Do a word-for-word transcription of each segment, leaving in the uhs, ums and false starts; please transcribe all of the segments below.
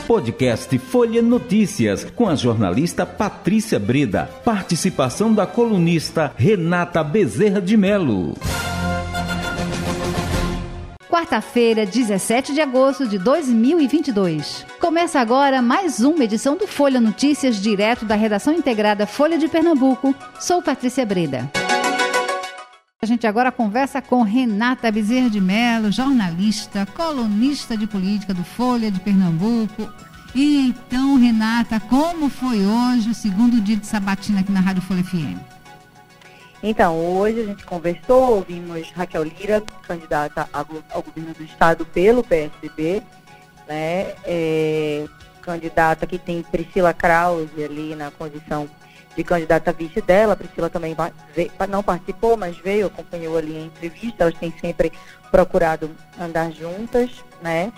Podcast Folha Notícias, com a jornalista Patrícia Breda. Participação da colunista Renata Bezerra de Melo. Quarta-feira, dezessete de agosto de dois mil e vinte e dois. Começa agora mais uma edição do Folha Notícias, direto da redação integrada Folha de Pernambuco. Sou Patrícia Breda. A gente agora conversa com Renata Bezerra de Melo, jornalista, colunista de política do Folha de Pernambuco. E então, Renata, como foi hoje o segundo dia de sabatina aqui na Rádio Folha F M? Então, hoje a gente conversou, ouvimos Raquel Lira, candidata ao governo do estado pelo P S D B, né, é, candidata que tem Priscila Krause ali na condição de candidata vice dela. A Priscila também veio, não participou, mas veio, acompanhou ali a entrevista. Elas têm sempre procurado andar juntas, né?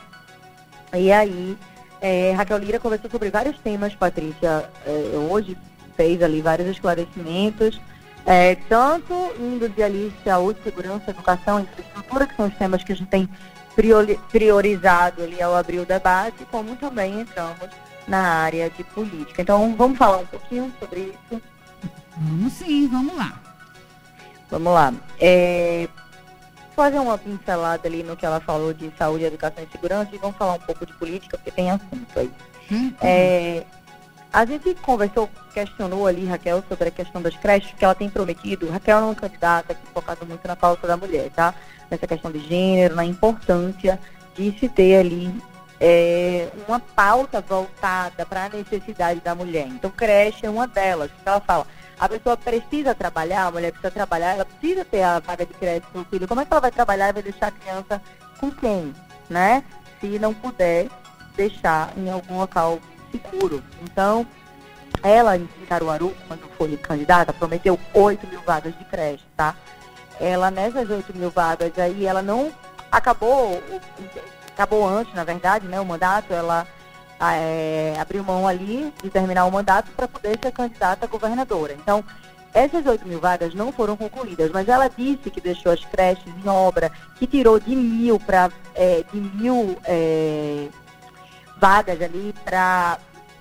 E aí, é, Raquel Lira conversou sobre vários temas, Patrícia, é, hoje fez ali vários esclarecimentos, é, tanto indo de ali saúde, segurança, educação, infraestrutura, que são os temas que a gente tem priori, priorizado ali ao abrir o debate, como também entramos na área de política. Então, vamos falar um pouquinho sobre isso? Vamos sim, vamos lá. Vamos lá. É, fazer uma pincelada ali no que ela falou de saúde, educação e segurança, e vamos falar um pouco de política, porque tem assunto aí. Hum, é, a gente conversou, questionou ali, Raquel, sobre a questão das creches, que ela tem prometido. Raquel é uma candidata que focada muito na pauta da mulher, tá? Nessa questão de gênero, na importância de se ter ali É uma pauta voltada para a necessidade da mulher. Então, creche é uma delas. Ela fala, a pessoa precisa trabalhar, a mulher precisa trabalhar, ela precisa ter a vaga de creche para o filho. Como é que ela vai trabalhar e vai deixar a criança com quem, né? Se não puder deixar em algum local seguro. Então, ela em Caruaru, quando foi candidata, prometeu oito mil vagas de creche, tá? Ela, nessas oito mil vagas aí, ela não acabou... Acabou antes, na verdade, né, o mandato. Ela é, abriu mão ali de terminar o mandato para poder ser candidata a governadora. Então, essas oito mil vagas não foram concluídas, mas ela disse que deixou as creches em obra, que tirou de mil para é, de mil é, vagas ali para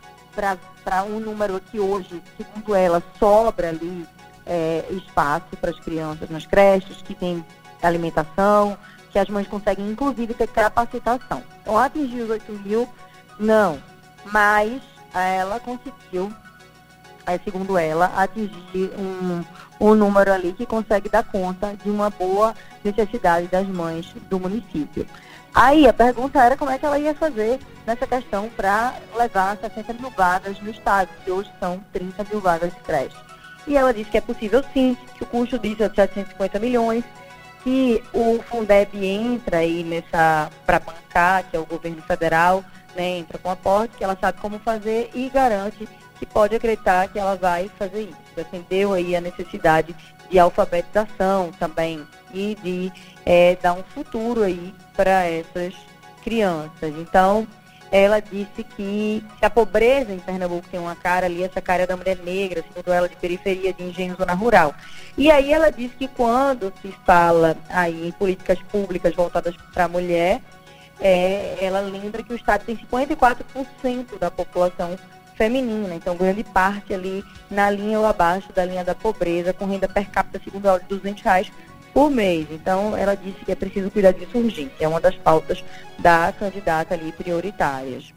para um número que hoje, segundo ela, sobra ali é, espaço para as crianças nas creches, que tem alimentação, que as mães conseguem, inclusive, ter capacitação. Então, atingir os oito mil, não. Mas ela conseguiu, segundo ela, atingir um, um número ali que consegue dar conta de uma boa necessidade das mães do município. Aí, a pergunta era como é que ela ia fazer nessa questão para levar sessenta mil vagas no estado, que hoje são trinta mil vagas de creche. E ela disse que é possível sim, que o custo disso é de setecentos e cinquenta milhões, que o Fundeb entra aí nessa para bancar, que é o governo federal, né, entra com aporte, que ela sabe como fazer e garante que pode acreditar que ela vai fazer isso. Atendeu aí a necessidade de alfabetização também e de é, dar um futuro aí para essas crianças. Então, ela disse que a pobreza em Pernambuco tem uma cara ali, essa cara da mulher negra, segundo ela, de periferia, de engenho, zona rural. E aí ela disse que quando se fala aí em políticas públicas voltadas para a mulher, é, ela lembra que o estado tem cinquenta e quatro por cento da população feminina, então grande parte ali na linha ou abaixo da linha da pobreza, com renda per capita, segundo ela, de duzentos reais por mês. Então, ela disse que é preciso cuidar disso urgente, é uma das pautas da candidata ali prioritárias.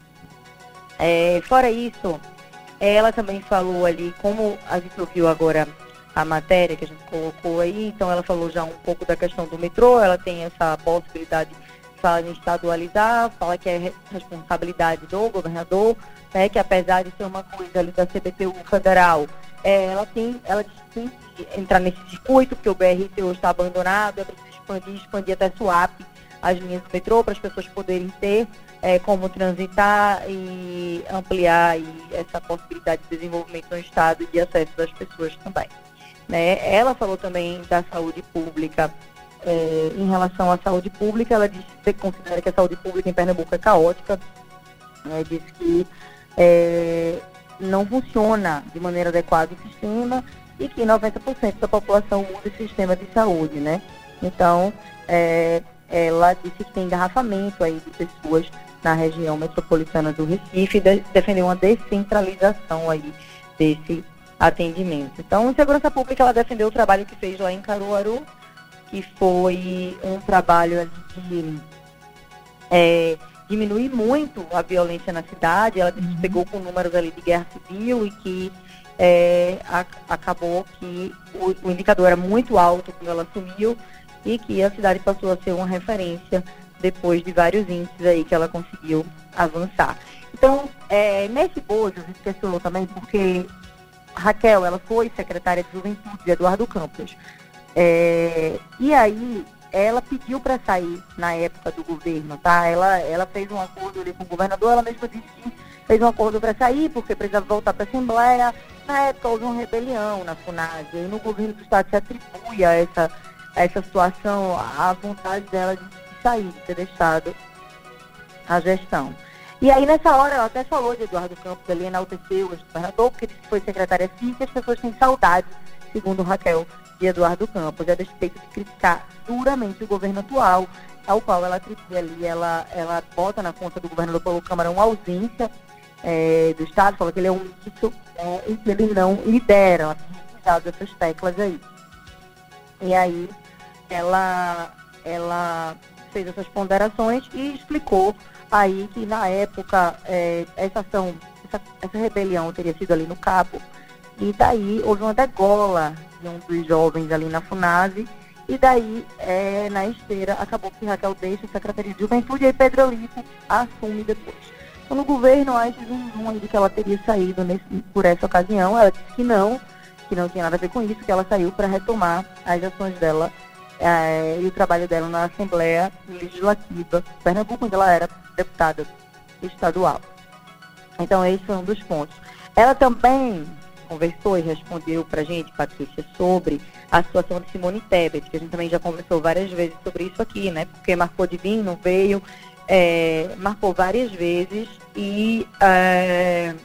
É, fora isso, ela também falou ali, como a gente ouviu agora a matéria que a gente colocou aí, então ela falou já um pouco da questão do metrô, ela tem essa possibilidade, fala em estadualizar, fala que é responsabilidade do governador, né, que apesar de ser uma coisa ali da C B T U federal, é, ela tem, ela tem que entrar nesse circuito, porque o B R T hoje está abandonado, é preciso expandir, expandir até Suape as linhas do metrô, para as pessoas poderem ter é, como transitar e ampliar aí essa possibilidade de desenvolvimento no estado e de acesso das pessoas também. Né? Ela falou também da saúde pública. É, em relação à saúde pública, ela disse que considera que a saúde pública em Pernambuco é caótica, né? Diz que é, não funciona de maneira adequada o sistema e que noventa por cento da população usa esse sistema de saúde, né? Então, é, ela disse que tem engarrafamento aí de pessoas na região metropolitana do Recife, de, defendeu uma descentralização aí desse atendimento. Então, a Segurança Pública, ela defendeu o trabalho que fez lá em Caruaru, que foi um trabalho de é, diminuir muito a violência na cidade. Ela uhum. pegou com números ali de guerra civil e que é, a, acabou que o, o indicador era muito alto quando ela assumiu e que a cidade passou a ser uma referência depois de vários índices aí que ela conseguiu avançar. Então, é, nesse bojo, a gente questionou também porque Raquel, ela foi secretária de Juventude de Eduardo Campos. É, e aí, ela pediu para sair na época do governo, tá? Ela, ela fez um acordo ali com o governador, ela mesma disse que fez um acordo para sair, porque precisava voltar para a Assembleia. Na época, houve uma rebelião na FUNASE, e no governo do Estado se atribui a essa, a essa situação, a vontade dela de sair, de ter deixado a gestão. E aí, nessa hora, ela até falou de Eduardo Campos, ali enalteceu o governador, porque disse que foi secretária física e as pessoas têm saudade, segundo Raquel, de Eduardo Campos, a despeito de criticar duramente o governo atual, ao qual ela atribui ali, ela, ela bota na conta do governador Paulo Câmara uma ausência é, do Estado, fala que ele é um míssil é, e que ele não lidera, ela tem utilizado essas teclas aí. E aí, ela, ela fez essas ponderações e explicou aí que na época é, essa ação, essa, essa rebelião teria sido ali no Cabo, e daí houve uma degola de um dos jovens ali na FUNASE, e daí é, na esteira acabou que Raquel deixa a Secretaria de Juventude e aí Pedro Olivo assume depois. Então no governo há esse zoom aí de que ela teria saído nesse, por essa ocasião, ela disse que não, que não tinha nada a ver com isso, que ela saiu para retomar as ações dela é, e o trabalho dela na Assembleia Legislativa de Pernambuco, onde ela era deputada estadual. Então esse foi um dos pontos. Ela também conversou e respondeu para a gente, Patrícia, sobre a situação de Simone Tebet, que a gente também já conversou várias vezes sobre isso aqui, né? Porque marcou de vir, não veio, é, marcou várias vezes e é,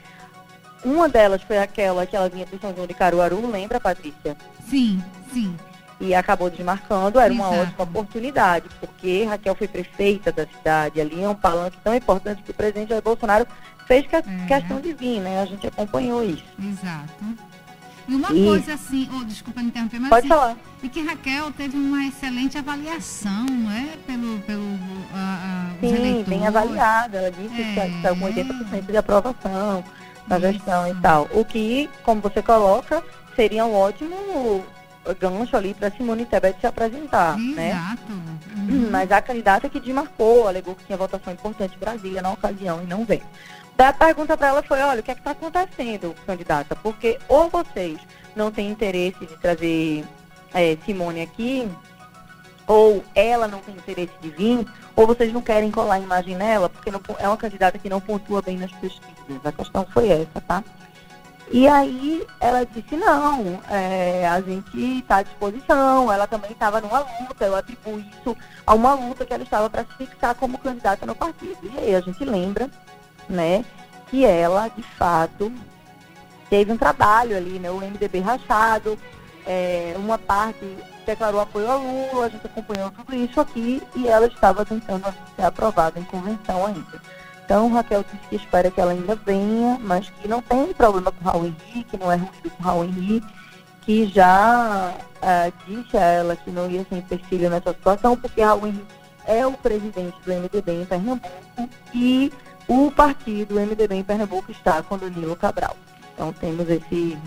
uma delas foi aquela que ela vinha de São João de Caruaru, lembra, Patrícia? Sim, sim. E acabou desmarcando, era uma Exato. ótima oportunidade, porque Raquel foi prefeita da cidade, ali é um palanque tão importante que o presidente Jair Bolsonaro fez que, é. questão de vir, né? A gente acompanhou isso. Exato. E uma e... coisa assim, oh, desculpa me interromper, mas Pode assim, falar. e que Raquel teve uma excelente avaliação, não é? Pelo, pelo uh, uh, Sim, os eleitores. bem avaliada, ela disse é. que está com oitenta por cento de aprovação da gestão e tal. O que, como você coloca, seria um ótimo gancho ali para Simone Tebet se apresentar, Exato. né? Uhum. Mas a candidata que desmarcou, alegou que tinha votação importante em Brasília na ocasião e não veio. Daí a pergunta para ela foi, olha, o que é que está acontecendo, candidata? Porque ou vocês não têm interesse de trazer é, Simone aqui, ou ela não tem interesse de vir, ou vocês não querem colar a imagem nela, porque não, é uma candidata que não pontua bem nas pesquisas. A questão foi essa, tá? E aí ela disse, não, é, a gente está à disposição, ela também estava numa luta, eu atribuo isso a uma luta que ela estava para se fixar como candidata no partido. E aí a gente lembra, né, que ela, de fato, teve um trabalho ali, né, o M D B rachado, é, uma parte declarou apoio a Lula, a gente acompanhou tudo isso aqui, e ela estava tentando ser aprovada em convenção ainda. Então, Raquel disse que espera que ela ainda venha, mas que não tem problema com o Raul Henrique, não é ruído com o Raul Henrique, que já uh, disse a ela que não ia ser empecilho nessa situação, porque Raul Henrique é o presidente do M D B em Pernambuco e o partido M D B em Pernambuco está com Danilo Cabral. Então, temos esse,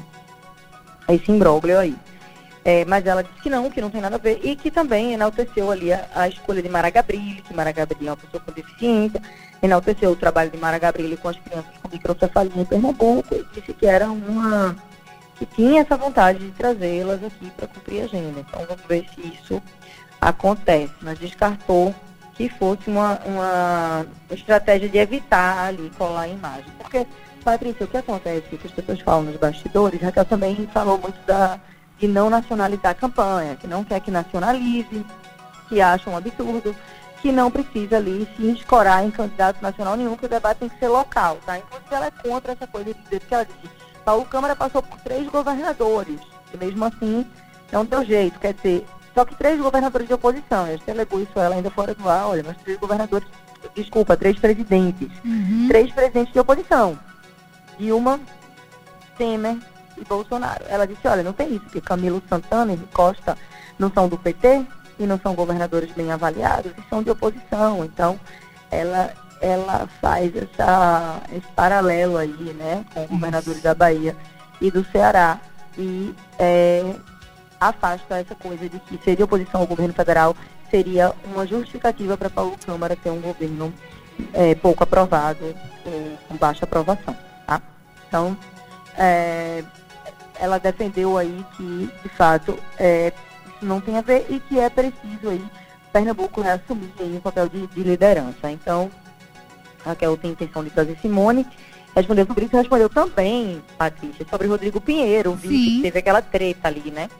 esse imbróglio aí. É, mas ela disse que não, que não tem nada a ver, e que também enalteceu ali a, a escolha de Mara Gabrilli, que Mara Gabrilli é uma pessoa com deficiência, enalteceu o trabalho de Mara Gabrilli com as crianças com microcefalia em Pernambuco, e disse que era uma, que tinha essa vontade de trazê-las aqui para cumprir a agenda. Então vamos ver se isso acontece, mas descartou que fosse uma, uma estratégia de evitar ali colar a imagem. Porque, Patrícia, o que acontece, o que as pessoas falam nos bastidores, Raquel também falou muito da de não nacionalizar a campanha, que não quer que nacionalize, que acha um absurdo, que não precisa ali se escorar em candidato nacional nenhum, que o debate tem que ser local, tá? Inclusive ela é contra essa coisa de dizer, porque ela disse, Paulo Câmara passou por três governadores, e mesmo assim não deu jeito, quer dizer, só que três governadores de oposição, eu até alegou isso ela ainda fora do ar, olha, mas três governadores desculpa, três presidentes. Uhum. Três presidentes de oposição. Dilma, Temer e Bolsonaro. Ela disse, olha, não tem isso, porque Camilo Santana e Costa não são do P T e não são governadores bem avaliados e são de oposição. Então, ela, ela faz essa, esse paralelo aí, né, com os governadores da Bahia e do Ceará e é, afasta essa coisa de que ser de oposição ao governo federal seria uma justificativa para Paulo Câmara ter um governo é, pouco aprovado, é, com baixa aprovação, tá? Então, é, ela defendeu aí que, de fato, é, isso não tem a ver e que é preciso aí Pernambuco reassumir aí um papel de, de liderança. Então, Raquel tem intenção de trazer Simone, respondeu sobre isso, respondeu também, Patrícia, sobre Rodrigo Pinheiro, vi que teve aquela treta ali, né?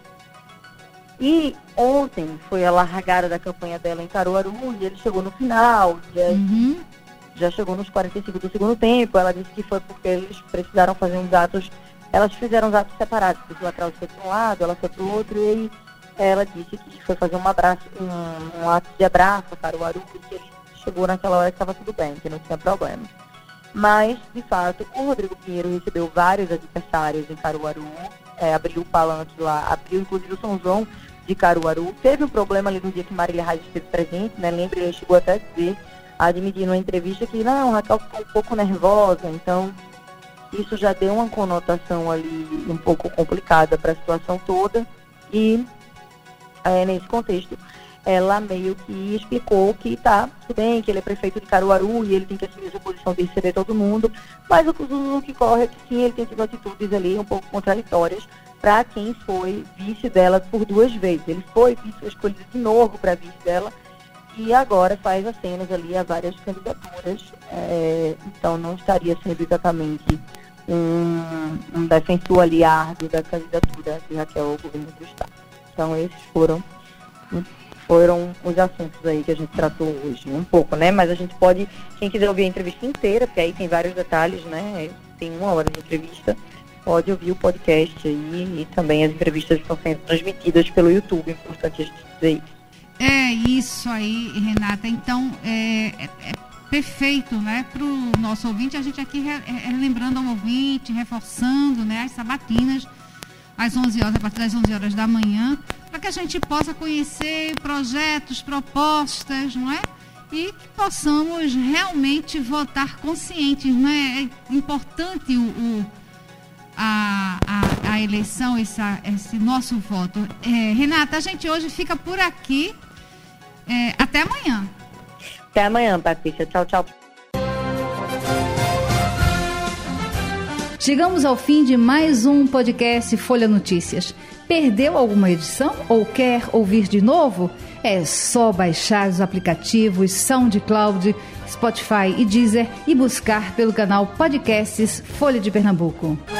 E ontem foi a largada da campanha dela em Caruaru e ele chegou no final, já, uhum. já chegou nos quarenta e cinco do segundo tempo. Ela disse que foi porque eles precisaram fazer uns atos, elas fizeram uns atos separados, o lateral foi para um lado, ela foi para o outro, e aí ela disse que foi fazer um abraço, um, um ato de abraço a Caruaru, porque ele chegou naquela hora que estava tudo bem, que não tinha problema. Mas, de fato, o Rodrigo Pinheiro recebeu vários adversários em Caruaru, é, abriu o palanque lá, abriu inclusive o São João de Caruaru. Teve um problema ali no dia que Marília Reis esteve presente, né? Lembra, ele chegou até a dizer, a admitir numa entrevista que, não, Raquel ficou um pouco nervosa, então isso já deu uma conotação ali um pouco complicada para a situação toda. E, é, nesse contexto, ela meio que explicou que tá tudo bem, que ele é prefeito de Caruaru e ele tem que assumir essa posição de receber todo mundo, mas o, o que corre é que sim, ele tem tido atitudes ali um pouco contraditórias para quem foi vice dela por duas vezes. Ele foi vice, escolhido de novo para vice dela e agora faz acenos ali a várias candidaturas, é, então não estaria sendo exatamente um, um defensor ali árduo da candidatura de Raquel ao governo do Estado. Então esses foram foram os assuntos aí que a gente tratou hoje, um pouco, né? Mas a gente pode, quem quiser ouvir a entrevista inteira, porque aí tem vários detalhes, né? Tem uma hora de entrevista, pode ouvir o podcast aí e também as entrevistas estão sendo transmitidas pelo YouTube, é importante a gente dizer isso. É isso aí, Renata. Então, é, é, é perfeito, né? Para o nosso ouvinte, a gente aqui re, é, lembrando ao ouvinte, reforçando, né? As sabatinas às onze horas, a partir das onze horas da manhã, para que a gente possa conhecer projetos, propostas, não é? E que possamos realmente votar conscientes, não é? É importante o, o, a, a, a eleição, essa, esse nosso voto. É, Renata, a gente hoje fica por aqui. É, até amanhã. Até amanhã, Patrícia. Tchau, tchau. Chegamos ao fim de mais um podcast Folha Notícias. Perdeu alguma edição ou quer ouvir de novo? É só baixar os aplicativos SoundCloud, Spotify e Deezer e buscar pelo canal Podcasts Folha de Pernambuco.